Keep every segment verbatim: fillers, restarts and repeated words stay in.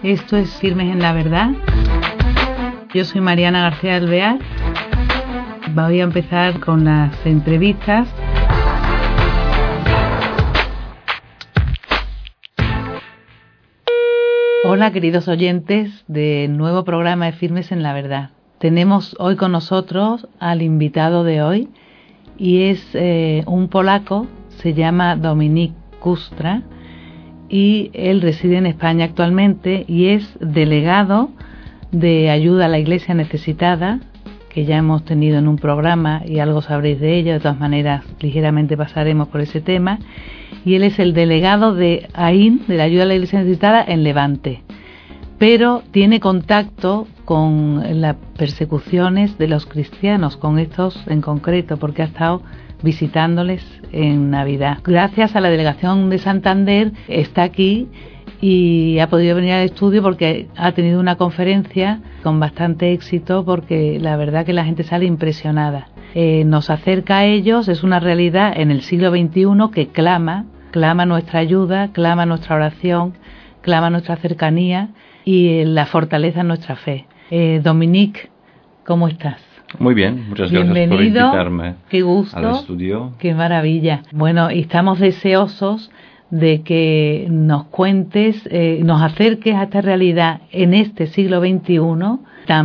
Esto es Firmes en la Verdad. Yo soy Mariana García Alvear. Voy a empezar con las entrevistas. Hola, queridos oyentes del nuevo programa de Firmes en la Verdad. Tenemos hoy con nosotros al invitado de hoy y es eh, un polaco, se llama Dominik Kustra y él reside en España actualmente y es delegado de ayuda a la Iglesia necesitada, que ya hemos tenido en un programa y algo sabréis de ello. De todas maneras, ligeramente pasaremos por ese tema. Y él es el delegado de A I N, de la ayuda a la Iglesia necesitada, en Levante. Pero tiene contacto con las persecuciones de los cristianos, con estos en concreto, porque ha estado visitándoles en Navidad. Gracias a la delegación de Santander está aquí y ha podido venir al estudio porque ha tenido una conferencia con bastante éxito, porque la verdad que la gente sale impresionada. Eh, nos acerca a ellos, es una realidad en el siglo veintiuno que clama, clama nuestra ayuda, clama nuestra oración, clama nuestra cercanía y eh, la fortaleza en nuestra fe. Eh, Dominik, ¿cómo estás? Muy bien, muchas gracias Bienvenido, por invitarme qué gusto, al estudio. Qué maravilla. Bueno, y estamos deseosos de que nos cuentes, eh, nos acerques a esta realidad en este siglo veintiuno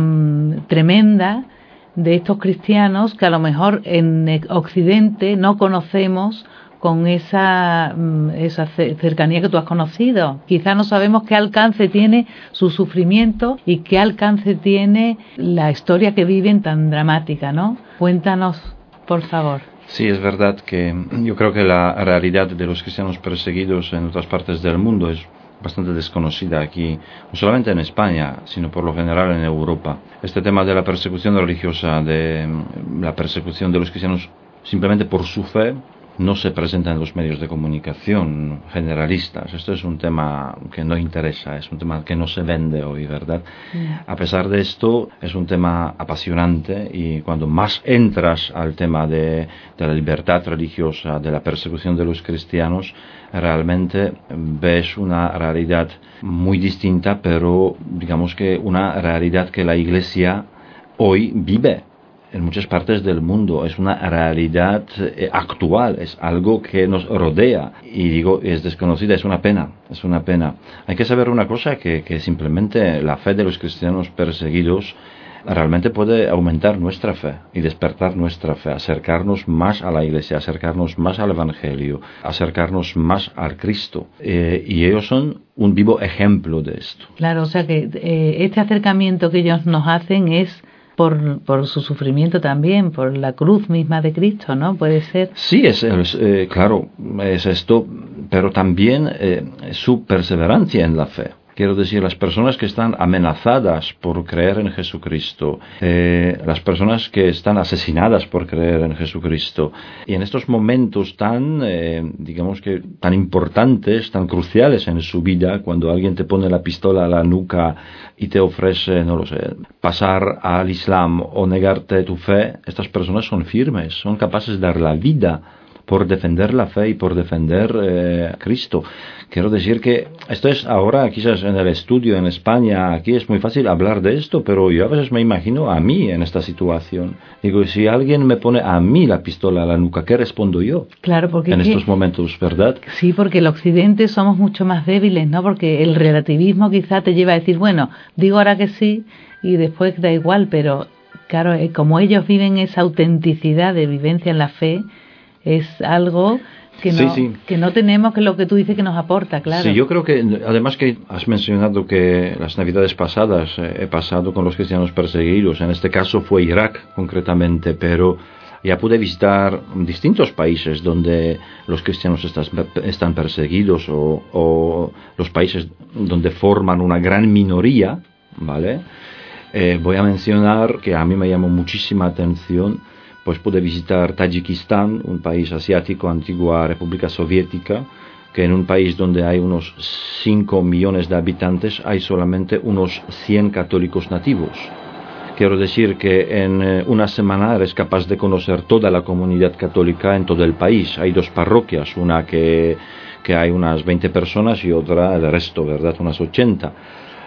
tan tremenda de estos cristianos que a lo mejor en Occidente no conocemos con esa, esa cercanía que tú has conocido. Quizá no sabemos qué alcance tiene su sufrimiento y qué alcance tiene la historia que viven tan dramática, ¿no? Cuéntanos, por favor. Sí, es verdad que yo creo que la realidad de los cristianos perseguidos en otras partes del mundo es bastante desconocida aquí, no solamente en España, sino por lo general en Europa. Este tema de la persecución religiosa, de la persecución de los cristianos simplemente por su fe, no se presenta en los medios de comunicación generalistas. Esto es un tema que no interesa, es un tema que no se vende hoy, ¿verdad? Yeah. A pesar de esto, es un tema apasionante y cuando más entras al tema de, de la libertad religiosa, de la persecución de los cristianos, realmente ves una realidad muy distinta, pero digamos que una realidad que la Iglesia hoy vive en muchas partes del mundo. Es una realidad eh, actual, es algo que nos rodea y digo, es desconocida, es una pena, es una pena. Hay que saber una cosa, que, que simplemente la fe de los cristianos perseguidos realmente puede aumentar nuestra fe y despertar nuestra fe, acercarnos más a la Iglesia, acercarnos más al Evangelio, acercarnos más al Cristo. Eh, y ellos son un vivo ejemplo de esto. Claro, o sea que eh, este acercamiento que ellos nos hacen es Por, por su sufrimiento también, por la cruz misma de Cristo, ¿no? Puede ser. Sí, es, es eh, claro, es esto, pero también eh, su perseverancia en la fe. Quiero decir, las personas que están amenazadas por creer en Jesucristo, eh, las personas que están asesinadas por creer en Jesucristo, y en estos momentos tan, eh, digamos que tan importantes, tan cruciales en su vida, cuando alguien te pone la pistola a la nuca y te ofrece, no lo sé, pasar al Islam o negarte tu fe, estas personas son firmes, son capaces de dar la vida por defender la fe y por defender eh, a Cristo. Quiero decir que esto es ahora, quizás en el estudio en España, aquí es muy fácil hablar de esto, pero yo a veces me imagino a mí en esta situación. Digo, si alguien me pone a mí la pistola a la nuca, ¿qué respondo yo? Claro, porque en que, estos momentos, ¿verdad? Sí, porque el Occidente somos mucho más débiles, ¿no? Porque el relativismo quizá te lleva a decir, bueno, digo ahora que sí y después da igual, pero claro, como ellos viven esa autenticidad de vivencia en la fe, es algo que no, sí, sí. que no tenemos, que lo que tú dices que nos aporta, claro. Sí, yo creo que, además que has mencionado que las navidades pasadas eh, he pasado con los cristianos perseguidos, en este caso fue Irak concretamente, pero ya pude visitar distintos países donde los cristianos estás, están perseguidos o, o los países donde forman una gran minoría, ¿vale? Eh, voy a mencionar que a mí me llamó muchísima atención. Pues pude visitar Tayikistán, un país asiático, antigua República Soviética, que en un país donde hay unos cinco millones de habitantes hay solamente unos cien católicos nativos. Quiero decir que en eh, una semana eres capaz de conocer toda la comunidad católica en todo el país. Hay dos parroquias, una que, que hay unas veinte personas y otra el resto, ¿verdad? Unas ochenta.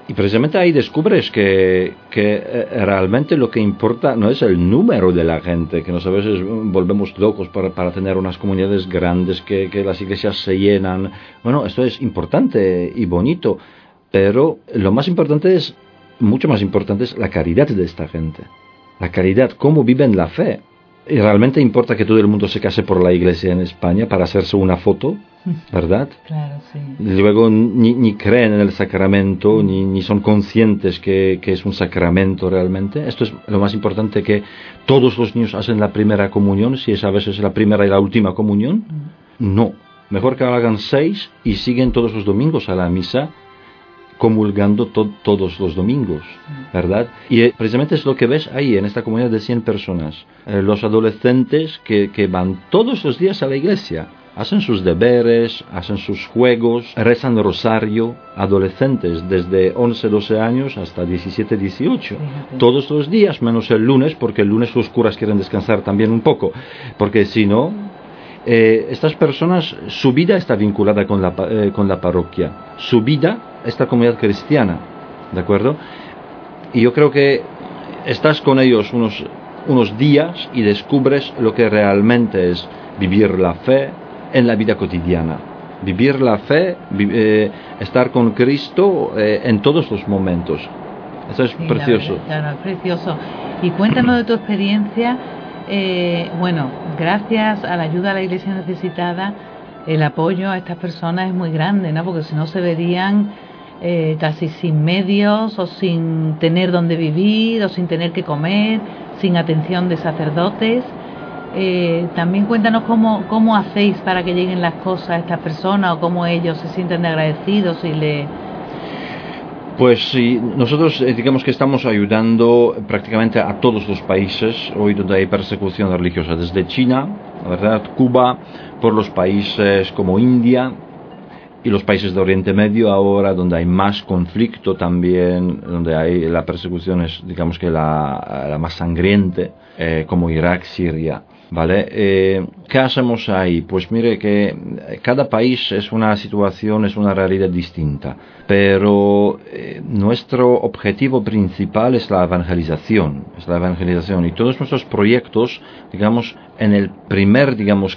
y precisamente ahí descubres que, que realmente lo que importa no es el número de la gente, que nos a veces volvemos locos para, para tener unas comunidades grandes, que, que las iglesias se llenan. Bueno, esto es importante y bonito, pero lo más importante es, mucho más importante es la caridad de esta gente. La caridad, cómo viven la fe. ¿Y realmente importa que todo el mundo se case por la iglesia en España para hacerse una foto? ¿Verdad? Claro, sí. Luego ni, ni creen en el sacramento, ni, ni son conscientes que, que es un sacramento realmente. Esto es lo más importante, que todos los niños hacen la primera comunión, si es a veces la primera y la última comunión. No. Mejor que hagan seis y siguen todos los domingos a la misa, comulgando to- todos los domingos, ¿verdad? Y eh, precisamente es lo que ves ahí, en esta comunidad de cien personas. Eh, los adolescentes que, que van todos los días a la iglesia, hacen sus deberes, hacen sus juegos, rezan rosario, adolescentes desde once, doce años hasta diecisiete, dieciocho. Fíjate. Todos los días, menos el lunes, porque el lunes los curas quieren descansar también un poco, porque si no, eh, estas personas, su vida está vinculada con la, eh, con la parroquia, su vida, esta comunidad cristiana, ¿de acuerdo? Y yo creo que estás con ellos unos, unos días y descubres lo que realmente es vivir la fe en la vida cotidiana. Vivir la fe, vi- eh, estar con Cristo eh, en todos los momentos. Eso es Sí, precioso. la verdad, claro, es precioso. Y cuéntanos de tu experiencia. Eh, bueno, gracias a la ayuda de la Iglesia necesitada, el apoyo a estas personas es muy grande, ¿no? Porque si no se verían eh, casi sin medios, o sin tener dónde vivir, o sin tener que comer, sin atención de sacerdotes. Eh, también cuéntanos cómo, cómo hacéis para que lleguen las cosas a estas personas, o cómo ellos se sienten agradecidos y le... Pues sí, nosotros eh, digamos que estamos ayudando prácticamente a todos los países hoy donde hay persecución religiosa, desde China, la verdad, Cuba, por los países como India y los países de Oriente Medio ahora, donde hay más conflicto también, donde hay la persecución es, digamos que la, la más sangriente, eh, como Irak, Siria. ¿Vale? Eh, ¿Qué hacemos ahí? Pues mire que cada país es una situación, es una realidad distinta, pero eh, nuestro objetivo principal es la evangelización, es la evangelización, y todos nuestros proyectos, digamos, en el primer, digamos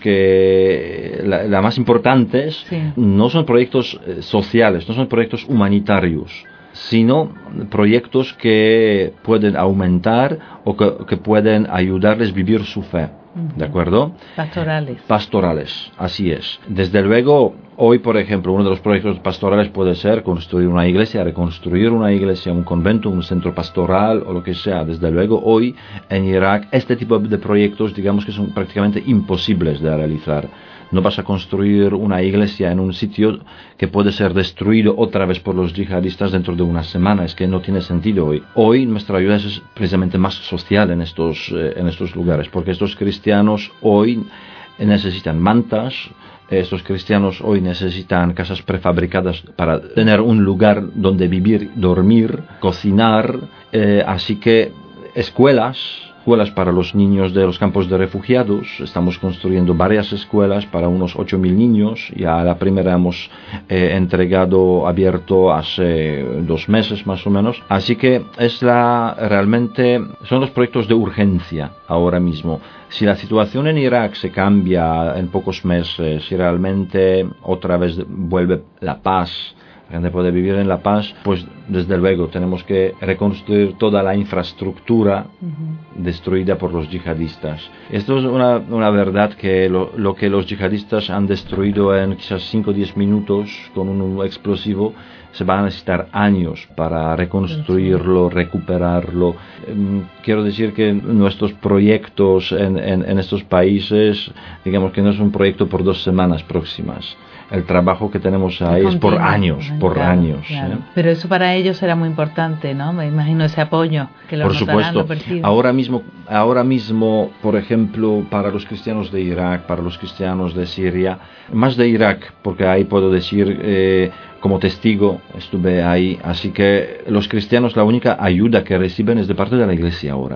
que la, la más importantes, sí. No son proyectos eh, sociales, no son proyectos humanitarios, sino proyectos que pueden aumentar o que, que pueden ayudarles a vivir su fe. ¿De acuerdo? Pastorales. Pastorales, así es. Desde luego, hoy, por ejemplo, uno de los proyectos pastorales puede ser construir una iglesia, reconstruir una iglesia, un convento, un centro pastoral o lo que sea. Desde luego, hoy en Irak, este tipo de proyectos, digamos que son prácticamente imposibles de realizar. No vas a construir una iglesia en un sitio que puede ser destruido otra vez por los yihadistas dentro de una semana. Es que no tiene sentido hoy. Hoy nuestra ayuda es precisamente más social en estos, eh, en estos lugares, porque estos cristianos hoy necesitan mantas, estos cristianos hoy necesitan casas prefabricadas para tener un lugar donde vivir, dormir, cocinar, eh, así que escuelas, escuelas para los niños de los campos de refugiados. Estamos construyendo varias escuelas para unos ocho mil niños. Ya la primera hemos eh, entregado, abierto hace dos meses más o menos. Así que es la realmente son los proyectos de urgencia ahora mismo. Si la situación en Irak se cambia en pocos meses, si realmente otra vez vuelve la paz, la gente puede vivir en la paz, pues desde luego tenemos que reconstruir toda la infraestructura uh-huh. destruida por los yihadistas. Esto es una, una verdad, que lo, lo que los yihadistas han destruido en quizás cinco o diez minutos con un explosivo, se van a necesitar años para reconstruirlo, recuperarlo. Quiero decir que nuestros proyectos en, en, en estos países, digamos que no es un proyecto por dos semanas próximas. El trabajo que tenemos ahí es por años, por claro, años. Claro. ¿eh? Pero eso para ellos será muy importante, ¿no? Me imagino ese apoyo que los Por supuesto. Ahora mismo, ahora mismo, por ejemplo, para los cristianos de Irak, para los cristianos de Siria, más de Irak, porque ahí puedo decir, eh, como testigo, estuve ahí, así que los cristianos, la única ayuda que reciben es de parte de la Iglesia ahora.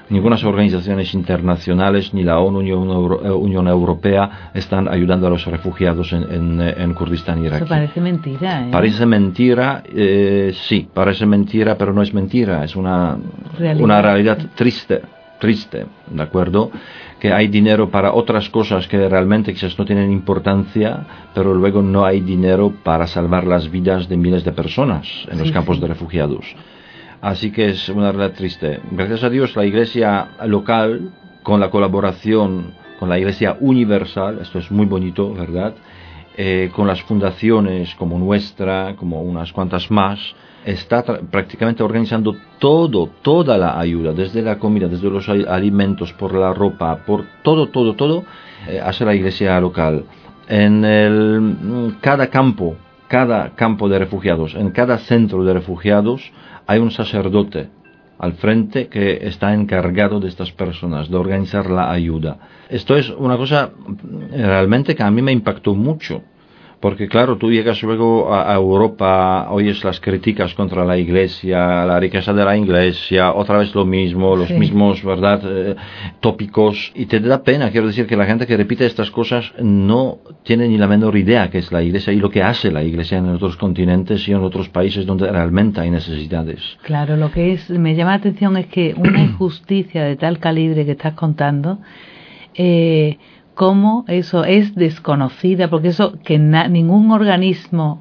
Ninguna organizaciones internacionales ni la ONU ni la Unión Europea están ayudando a los refugiados en, en, en Kurdistán iraquí. Eso parece mentira, ¿eh? Parece mentira, eh, sí, parece mentira, pero no es mentira, es una realidad, una realidad triste, triste, ¿de acuerdo? Que hay dinero para otras cosas que realmente quizás no tienen importancia, pero luego no hay dinero para salvar las vidas de miles de personas en los sí, campos sí. de refugiados. Así que es una realidad triste. Gracias a Dios la iglesia local, con la colaboración con la iglesia universal, esto es muy bonito, ¿verdad? Eh, con las fundaciones como nuestra, como unas cuantas más, está prácticamente organizando todo, toda la ayuda, desde la comida, desde los alimentos, por la ropa, por todo, todo, todo, eh, hace la iglesia local. En el, cada campo, cada campo de refugiados, en cada centro de refugiados, hay un sacerdote al frente que está encargado de estas personas, de organizar la ayuda. Esto es una cosa realmente que a mí me impactó mucho. Porque claro, tú llegas luego a, a Europa, oyes las críticas contra la Iglesia, la riqueza de la Iglesia, otra vez lo mismo, los sí. mismos, ¿verdad?, eh, tópicos, y te da pena. Quiero decir que la gente que repite estas cosas no tiene ni la menor idea qué es la Iglesia y lo que hace la Iglesia en otros continentes y en otros países donde realmente hay necesidades. Claro, lo que es me llama la atención es que una injusticia de tal calibre que estás contando, eh, cómo eso es desconocida, porque eso que na, ningún organismo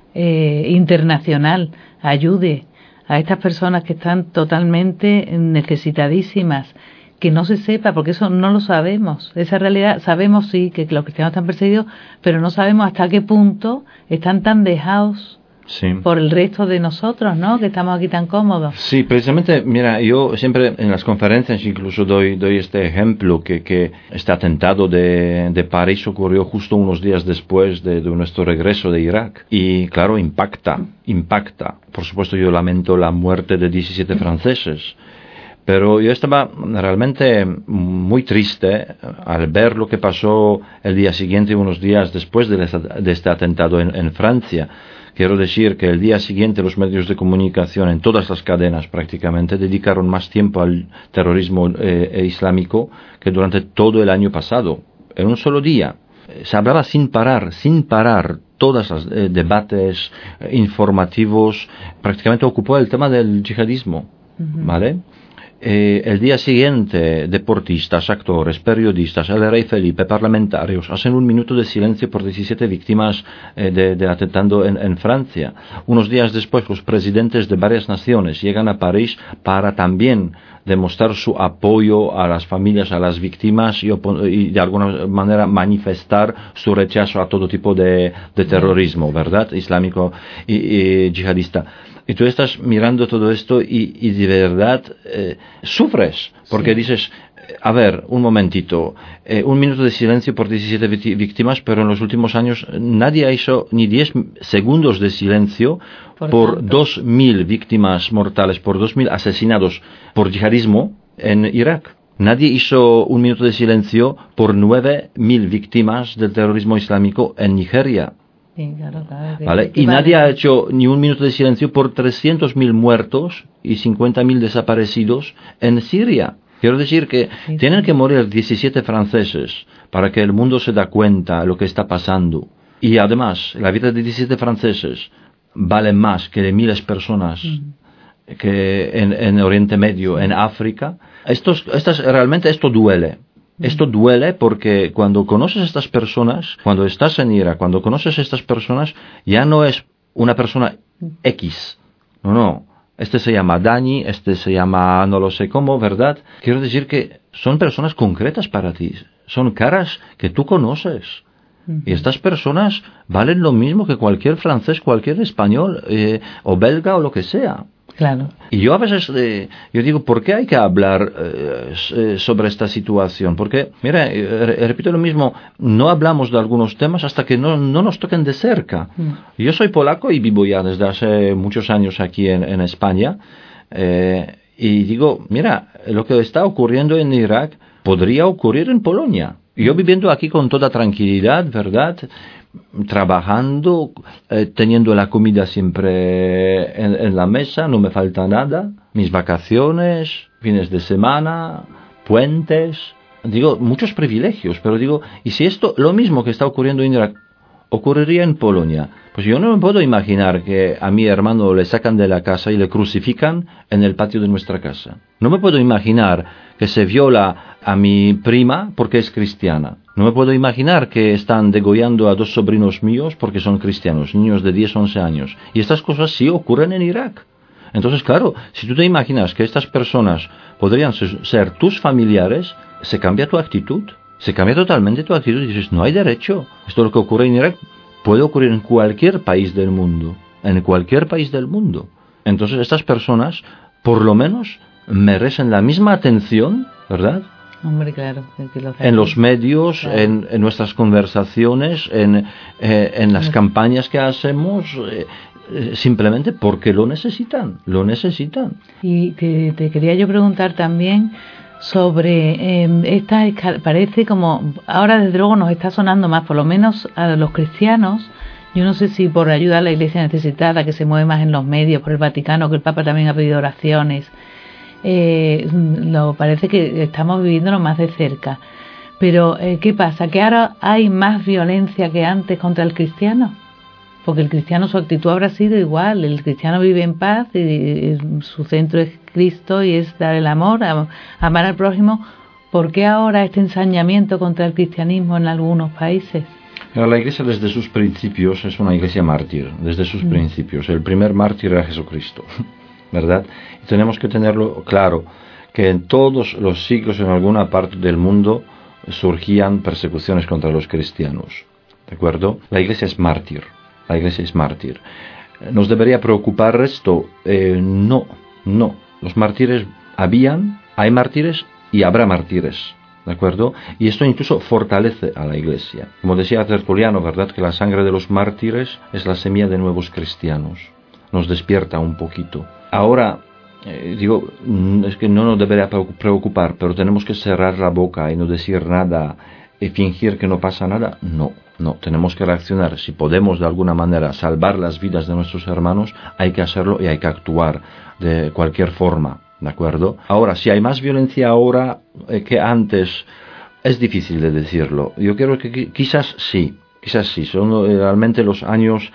eh, internacional ayude a estas personas que están totalmente necesitadísimas, que no se sepa, porque eso no lo sabemos. Esa realidad, sabemos sí que los cristianos están perseguidos, pero no sabemos hasta qué punto están tan dejados sí. por el resto de nosotros, ¿no?, que estamos aquí tan cómodos. Sí, precisamente, mira, yo siempre en las conferencias incluso doy, doy este ejemplo, que, que este atentado de, de París ocurrió justo unos días después de, de nuestro regreso de Irak. Y claro, impacta, impacta. Por supuesto, yo lamento la muerte de diecisiete franceses. Pero yo estaba realmente muy triste al ver lo que pasó el día siguiente, unos días después de este, de este atentado en, en Francia. Quiero decir que el día siguiente los medios de comunicación en todas las cadenas prácticamente dedicaron más tiempo al terrorismo eh, islámico que durante todo el año pasado. En un solo día. Se hablaba sin parar, sin parar. Todos los eh, debates eh, informativos prácticamente ocupó el tema del yihadismo. Uh-huh. ¿Vale? Eh, el día siguiente, deportistas, actores, periodistas, el rey Felipe, parlamentarios, hacen un minuto de silencio por diecisiete víctimas eh, de, de atentado en, en Francia. Unos días después, los presidentes de varias naciones llegan a París para también demostrar su apoyo a las familias, a las víctimas y, y de alguna manera manifestar su rechazo a todo tipo de, de terrorismo, ¿verdad?, islámico y, y yihadista. Y tú estás mirando todo esto y, y de verdad eh, sufres, porque sí. dices, a ver, un momentito, eh, un minuto de silencio por diecisiete víctimas, pero en los últimos años nadie hizo ni diez segundos de silencio por, por dos mil víctimas mortales, por dos mil asesinados por yihadismo en Irak. Nadie hizo un minuto de silencio por nueve mil víctimas del terrorismo islámico en Nigeria. Sí, claro, claro, que, ¿vale? que Y vale. nadie ha hecho ni un minuto de silencio por trescientos mil muertos y cincuenta mil desaparecidos en Siria. Quiero decir que sí, tienen sí. que morir diecisiete franceses para que el mundo se da cuenta de lo que está pasando. Y además, la vida de diecisiete franceses vale más que de miles de personas mm. que en, en Oriente Medio, en África. Estos, estas, realmente esto duele. Esto duele porque cuando conoces a estas personas, cuando estás en Irak, cuando conoces a estas personas, ya no es una persona X. No, no. Este se llama Dani, este se llama no lo sé cómo, ¿verdad? Quiero decir que son personas concretas para ti. Son caras que tú conoces. Uh-huh. Y estas personas valen lo mismo que cualquier francés, cualquier español, eh, o belga o lo que sea. Claro. Y yo a veces eh, yo digo, ¿por qué hay que hablar eh, sobre esta situación? Porque, mira, eh, repito lo mismo, no hablamos de algunos temas hasta que no, no nos toquen de cerca. Mm. Yo soy polaco y vivo ya desde hace muchos años aquí en, en España. Eh, y digo, mira, lo que está ocurriendo en Irak podría ocurrir en Polonia. Yo viviendo aquí con toda tranquilidad, ¿verdad?, trabajando, eh, teniendo la comida siempre en, en la mesa, no me falta nada, mis vacaciones, fines de semana, puentes, digo, muchos privilegios, pero digo, ¿y si esto, lo mismo que está ocurriendo en Irak, ocurriría en Polonia? Pues yo no me puedo imaginar que a mi hermano le sacan de la casa y le crucifican en el patio de nuestra casa. No me puedo imaginar que se viola a mi prima porque es cristiana. No me puedo imaginar que están degollando a dos sobrinos míos porque son cristianos, niños de diez, once años. Y estas cosas sí ocurren en Irak. Entonces, claro, si tú te imaginas que estas personas podrían ser tus familiares, se cambia tu actitud. Se cambia totalmente tu actitud y dices, no hay derecho. Esto es lo que ocurre en Irak. Puede ocurrir en cualquier país del mundo. En cualquier país del mundo. Entonces, estas personas, por lo menos, merecen la misma atención, ¿verdad? Hombre, claro. Que lo en los medios, claro. en, en nuestras conversaciones, en, eh, en las campañas que hacemos, eh, eh, simplemente porque lo necesitan, lo necesitan. Y te, te quería yo preguntar también sobre eh, esta, parece como, ahora desde luego nos está sonando más, por lo menos a los cristianos, yo no sé si por ayuda a la Iglesia necesitada, que se mueve más en los medios, por el Vaticano, que el Papa también ha pedido oraciones, eh, lo, parece que estamos viviéndolo más de cerca. Pero, eh, ¿qué pasa? ¿Que ahora hay más violencia que antes contra el cristiano? Porque el cristiano, su actitud habrá sido igual. El cristiano vive en paz y, y su centro es Cristo y es dar el amor, a, amar al prójimo. ¿Por qué ahora este ensañamiento contra el cristianismo en algunos países? La Iglesia desde sus principios es una Iglesia mártir, desde sus mm. principios. El primer mártir era Jesucristo, ¿verdad? Y tenemos que tenerlo claro, que en todos los siglos en alguna parte del mundo surgían persecuciones contra los cristianos, ¿de acuerdo? La Iglesia es mártir. La Iglesia es mártir. ¿Nos debería preocupar esto? Eh, no, no. Los mártires habían, hay mártires y habrá mártires, ¿de acuerdo? Y esto incluso fortalece a la Iglesia. Como decía Tertuliano, ¿verdad? Que la sangre de los mártires es la semilla de nuevos cristianos. Nos despierta un poquito. Ahora, eh, digo, es que no nos debería preocupar, pero tenemos que cerrar la boca y no decir nada y fingir que no pasa nada. No. No, tenemos que reaccionar. Si podemos de alguna manera salvar las vidas de nuestros hermanos, hay que hacerlo y hay que actuar de cualquier forma, ¿de acuerdo? Ahora, si hay más violencia ahora eh, que antes, es difícil de decirlo. Yo creo que quizás sí, quizás sí. Son realmente los años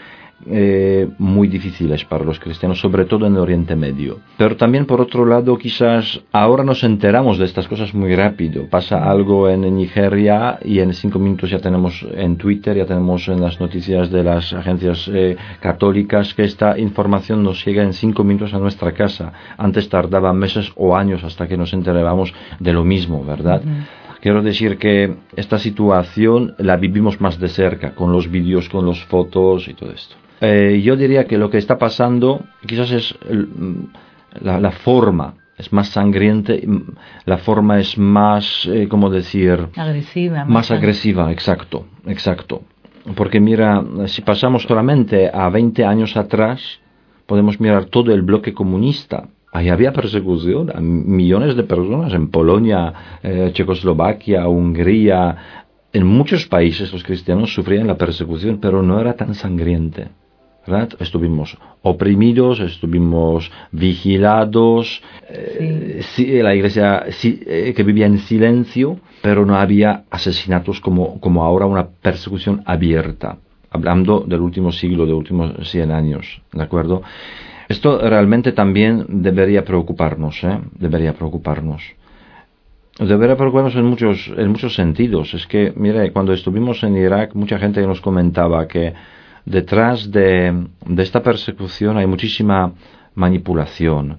eh, muy difíciles para los cristianos, sobre todo en el Oriente Medio. Pero también, por otro lado, quizás ahora nos enteramos de estas cosas muy rápido. Pasa algo en Nigeria y en cinco minutos ya tenemos en Twitter, ya tenemos en las noticias de las agencias eh, católicas que esta información nos llega en cinco minutos a nuestra casa. Antes tardaba meses o años hasta que nos enterábamos de lo mismo, ¿verdad? Uh-huh. Quiero decir que esta situación la vivimos más de cerca, con los vídeos, con las fotos y todo esto. Eh, yo diría que lo que está pasando quizás es el, la, la forma, es más sangriente, la forma es más, eh, ¿cómo decir? Agresiva. Más, más agresiva, exacto, exacto. Porque mira, si pasamos solamente a veinte años atrás, podemos mirar todo el bloque comunista. Ahí había persecución a millones de personas en Polonia, eh, Checoslovaquia, Hungría. En muchos países los cristianos sufrían la persecución, pero no era tan sangriente, ¿verdad? Estuvimos oprimidos, estuvimos vigilados, eh, sí. Sí, la Iglesia sí, eh, que vivía en silencio, pero no había asesinatos como, como ahora, una persecución abierta, hablando del último siglo, de los últimos cien años, ¿de acuerdo? Esto realmente también debería preocuparnos, ¿eh? Debería preocuparnos. Debería preocuparnos en muchos, en muchos sentidos. Es que, mire, cuando estuvimos en Irak, mucha gente nos comentaba que detrás de, de esta persecución hay muchísima manipulación.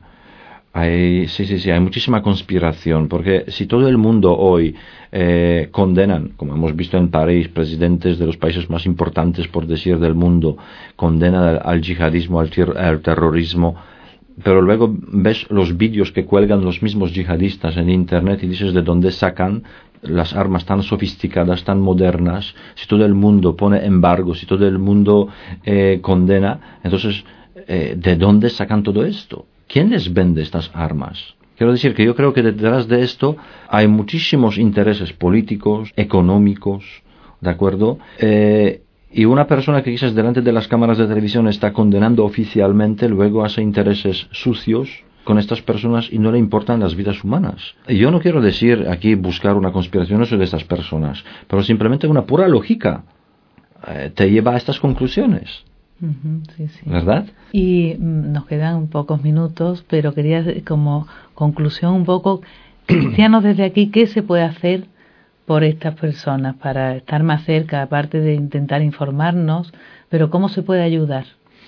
Hay, sí, sí, sí, hay muchísima conspiración, porque si todo el mundo hoy eh, condenan, como hemos visto en París, presidentes de los países más importantes, por decir, del mundo, condenan al, al yihadismo, al, tir, al terrorismo, pero luego ves los vídeos que cuelgan los mismos yihadistas en internet y dices de dónde sacan las armas tan sofisticadas, tan modernas. Si todo el mundo pone embargo, si todo el mundo eh, condena, entonces eh, ¿de dónde sacan todo esto? ¿Quién les vende estas armas? Quiero decir que yo creo que detrás de esto hay muchísimos intereses políticos, económicos, ¿de acuerdo? Eh, y una persona que quizás delante de las cámaras de televisión está condenando oficialmente, luego hace intereses sucios con estas personas y no le importan las vidas humanas. Yo no quiero decir aquí buscar una conspiración sobre estas personas, pero simplemente una pura lógica eh, te lleva a estas conclusiones. Uh-huh, sí, sí. ¿Verdad? Y mm, nos quedan pocos minutos, pero quería como conclusión un poco, cristianos desde aquí, ¿qué se puede hacer por estas personas para estar más cerca, aparte de intentar informarnos, pero cómo se puede ayudar?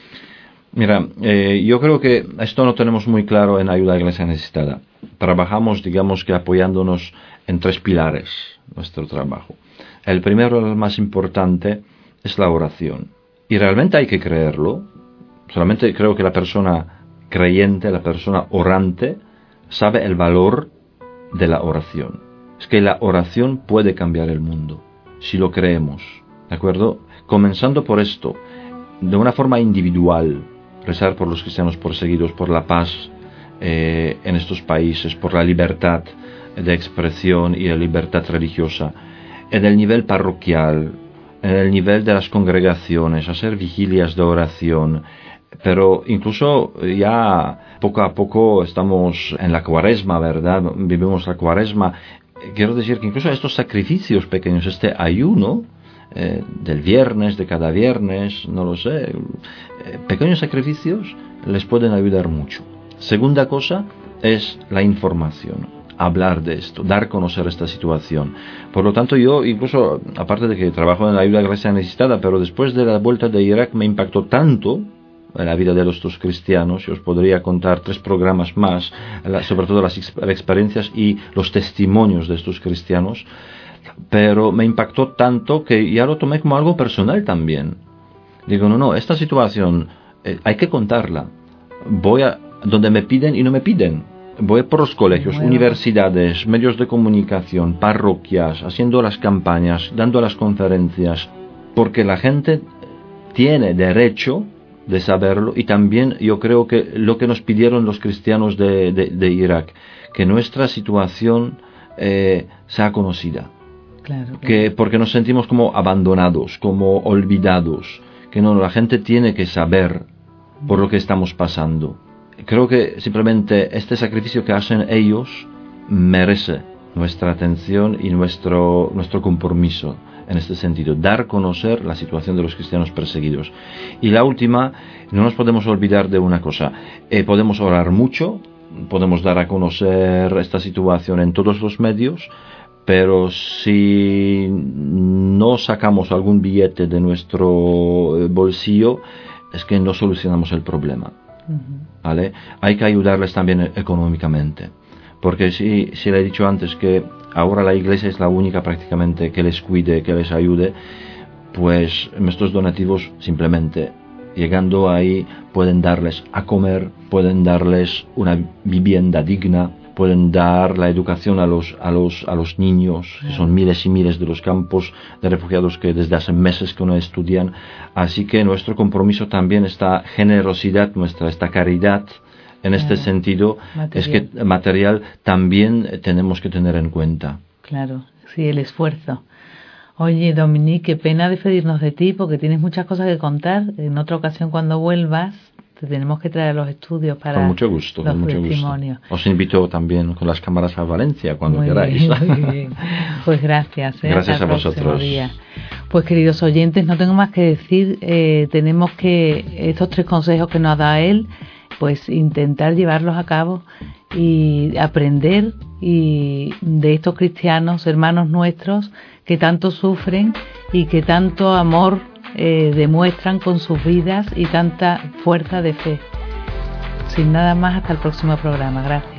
Mira, eh, yo creo que esto no tenemos muy claro en Ayuda a Iglesia Necesitada. Trabajamos, digamos que apoyándonos en tres pilares, nuestro trabajo. El primero, el más importante, es la oración. Y realmente hay que creerlo. Solamente creo que la persona creyente, la persona orante, sabe el valor de la oración. Es que la oración puede cambiar el mundo, si lo creemos, ¿de acuerdo? Comenzando por esto, de una forma individual, rezar por los cristianos perseguidos, por la paz eh, en estos países, por la libertad de expresión y la libertad religiosa. En el nivel parroquial, en el nivel de las congregaciones, hacer vigilias de oración, pero incluso ya poco a poco estamos en la cuaresma, ¿verdad? Vivimos la cuaresma. Quiero decir que incluso estos sacrificios pequeños, este ayuno, Eh, del viernes, de cada viernes, no lo sé, eh, pequeños sacrificios les pueden ayudar mucho. Segunda cosa es la información, hablar de esto, dar a conocer esta situación. Por lo tanto, yo incluso, aparte de que trabajo en la ayuda a Iglesia Necesitada, pero después de la vuelta de Irak me impactó tanto en la vida de los dos cristianos, y os podría contar tres programas más, la, sobre todo las, las experiencias y los testimonios de estos cristianos, pero me impactó tanto que ya lo tomé como algo personal también. Digo, no, no, esta situación eh, hay que contarla. Voy a donde me piden y no me piden. Voy por los colegios, bueno, universidades, medios de comunicación, parroquias, haciendo las campañas, dando las conferencias, porque la gente tiene derecho de saberlo. Y también yo creo que lo que nos pidieron los cristianos de, de, de Irak, que nuestra situación eh, sea conocida. Claro, claro. Que porque nos sentimos como abandonados, como olvidados, que no, la gente tiene que saber por lo que estamos pasando. Creo que simplemente este sacrificio que hacen ellos merece nuestra atención y nuestro, nuestro compromiso en este sentido, dar a conocer la situación de los cristianos perseguidos. Y la última, no nos podemos olvidar de una cosa, eh, podemos orar mucho, podemos dar a conocer esta situación en todos los medios, pero si no sacamos algún billete de nuestro bolsillo, es que no solucionamos el problema. ¿Vale? Hay que ayudarles también económicamente. Porque si, si le he dicho antes que ahora la Iglesia es la única prácticamente que les cuide, que les ayude, pues nuestros donativos simplemente llegando ahí pueden darles a comer, pueden darles una vivienda digna, pueden dar la educación a los a los a los niños, que son miles y miles de los campos de refugiados que desde hace meses que no estudian. Así que nuestro compromiso también, esta generosidad nuestra, esta caridad en claro, este sentido, material. Es que material también tenemos que tener en cuenta. Claro, sí, el esfuerzo. Oye, Dominique, qué pena despedirnos de ti porque tienes muchas cosas que contar. En otra ocasión, cuando vuelvas, te tenemos que traer a los estudios para con mucho gusto, los con mucho testimonios. Gusto. Os invito también con las cámaras a Valencia cuando muy queráis. Bien, muy bien. Pues gracias. ¿eh? Gracias Hasta a vosotros. Día. Pues queridos oyentes, no tengo más que decir. Eh, tenemos que estos tres consejos que nos ha dado él, pues intentar llevarlos a cabo y aprender y de estos cristianos, hermanos nuestros, que tanto sufren y que tanto amor eh, demuestran con sus vidas y tanta fuerza de fe. Sin nada más, hasta el próximo programa. Gracias.